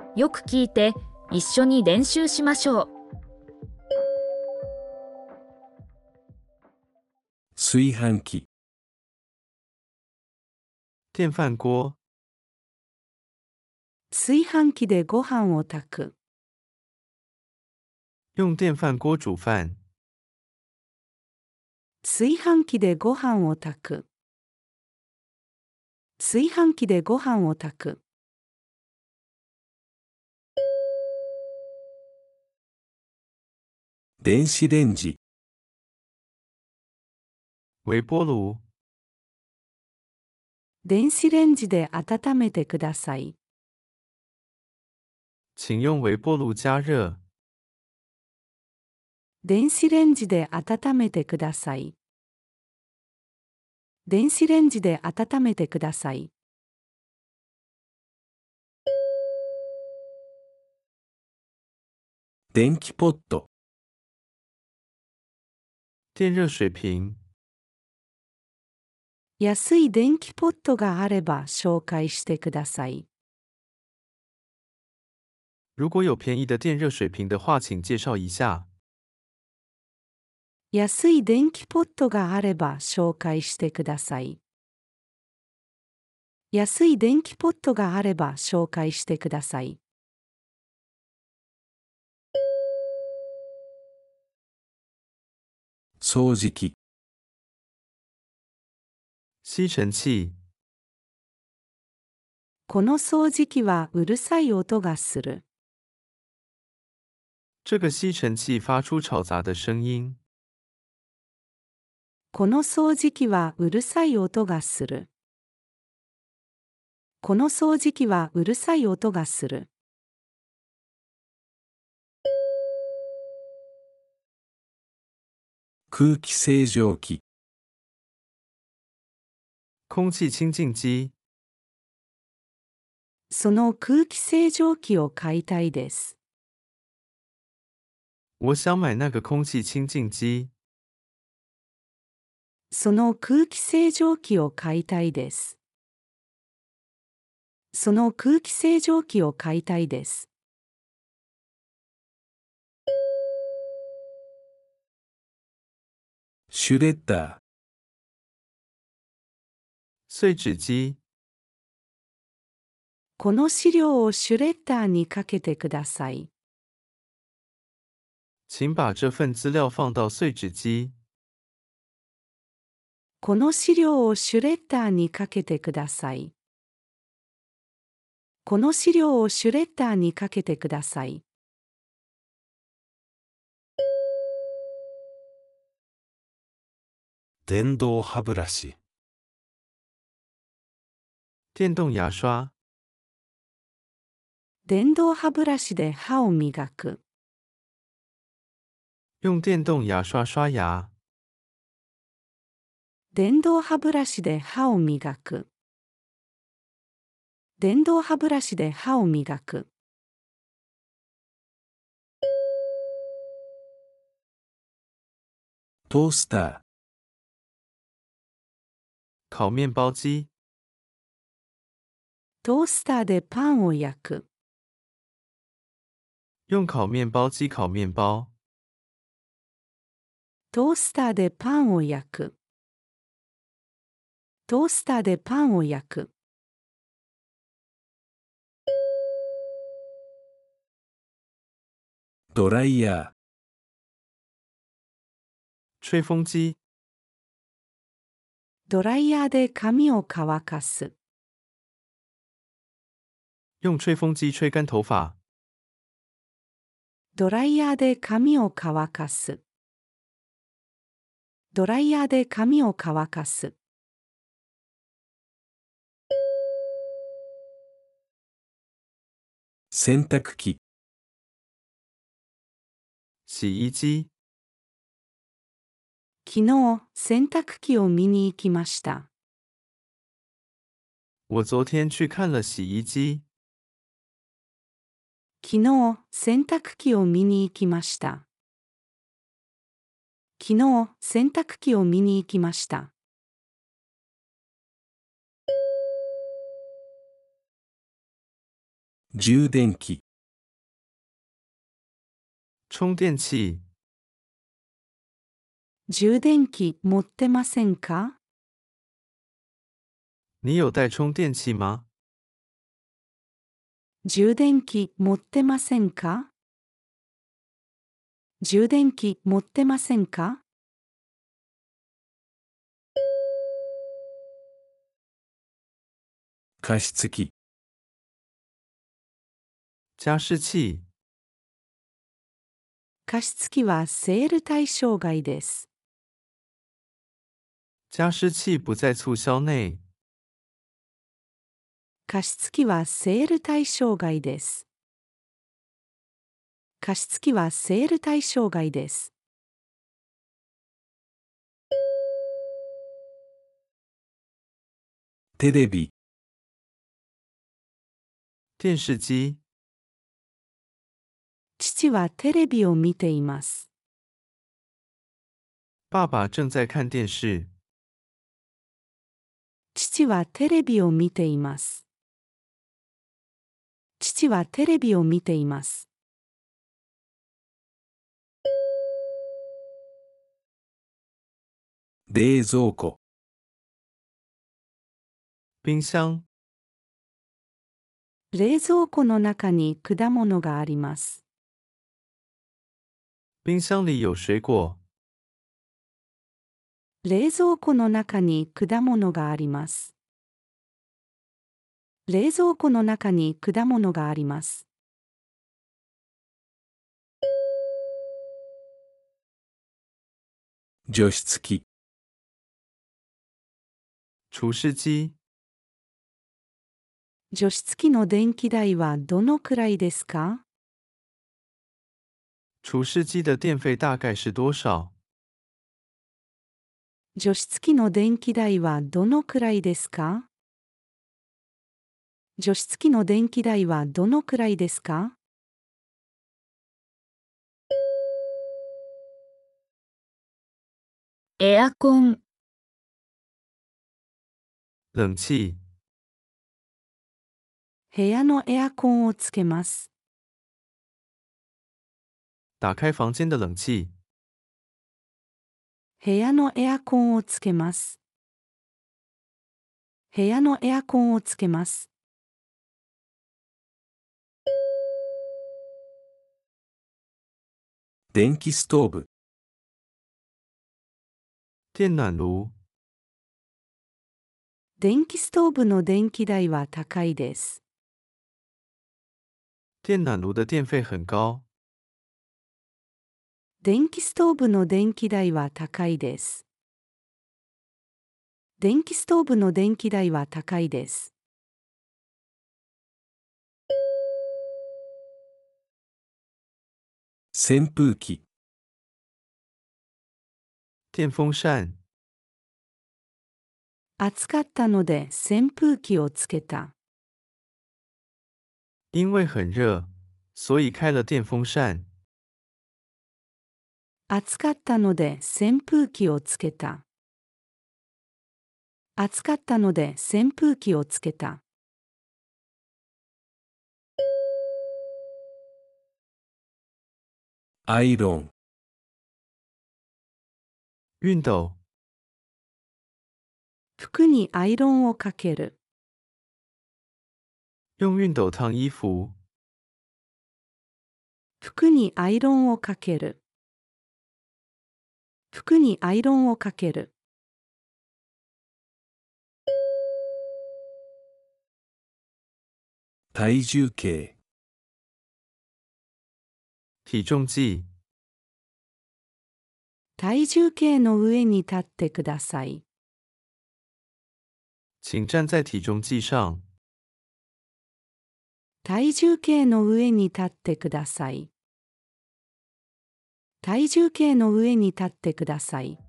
よく聞いて一緒に練習しましょう。 炊飯器、 电饭锅、 炊飯器でご飯を炊く。 用电饭锅煮饭。 炊飯器でご飯を炊く。炊飯器でご飯を炊く。 電子レンジ、 微波炉、 電子レンジで温めてください。 请用微波炉加热。 電子レンジで温めてください。電子レンジで温めてください。 電気ポット、 电热水瓶。 安い電気ポットがあれば紹介してください。 如果有便宜的电热水瓶的话，请介绍一下。 安い電気ポットがあれば紹介してください。安い電気ポットがあれば紹介してください。 掃除機、 吸尘器。 この掃除機はうるさい音がする。 这个吸尘器发出吵杂的声音。 この掃除機はうるさい音がする。この掃除機はうるさい音がする。 空気清浄機、 空气清净机。 その空気清浄機を買いたいです。 我想买那个空气清净机。 その空気清浄機を買いたいです。その空気清浄機を買いたいです。 シュレッダー、 碎纸机。 この資料をシュレッダーにかけてください。 请把这份资料放到碎纸机。 この資料をシュレッダーにかけてください。この資料をシュレッダーにかけてください。 電動歯ブラシ、 电动牙刷。 電動歯ブラシで歯を磨く。 用电动牙刷刷牙。 電動歯ブラシで歯を磨く。電動歯ブラシで歯を磨く。 トースター、 烤面包机。 トースターでパンを焼く。 用烤面包机烤面包。 トースターでパンを焼く。トースターでパンを焼く。 ドライヤー、 吹风机。 ドライヤーで髪を乾かす。 用吹风机吹干头发。 ドライヤーで髪を乾かす。ドライヤーで髪を乾かす。 洗濯機、 洗衣機。 昨日、洗濯機を見に行きました。 我昨天去看了洗衣機。 昨日、洗濯機を見に行きました。昨日、洗濯機を見に行きました。 充電器、 充电器。 充電器持ってませんか？ 你有带充电器吗？ 充電器持ってませんか？充電器持ってませんか？ 加湿器、 加湿器。 加湿器はセール対象外です。 加湿器不在促销内。 加湿器はセール対象外です。加湿器はセール対象外です。 テレビ、 电视机。 父はテレビを見ています。 爸爸正在看电视。 父はテレビを見ています。父はテレビを見ています。 冷蔵庫、 冰箱。 冷蔵庫の中に果物があります。 冰箱里有水果。 冷蔵庫の中に果物があります。冷蔵庫の中に果物があります。 除湿機、 除湿機。 除湿機の電気代はどのくらいですか？ 除湿機的電費大概是多少？ 除湿機の電気代はどのくらいですか？除湿機の電気代はどのくらいですか？ エアコン、 冷气。 部屋のエアコンをつけます。 打开房间的冷气。 部屋のエアコンをつけます。部屋のエアコンをつけます。 電気ストーブ、 電暖炉。 電気ストーブの電気代は高いです。 電暖炉的電費很高。 電気ストーブの電気代は高いです。電気ストーブの電気代は高いです。 扇風機、 電風扇。 暑かったので扇風機をつけた。 因为很热，所以开了电风扇。 暑かったので扇風機をつけた。暑かったので扇風機をつけた。 アイロン、 熨斗。 服にアイロンをかける。 用熨斗烫衣服。 服にアイロンをかける。服にアイロンをかける。 体重計、 体重計。 体重計の上に立ってください。 請站在体重計上。 体重計の上に立ってください。体重計の上に立ってください。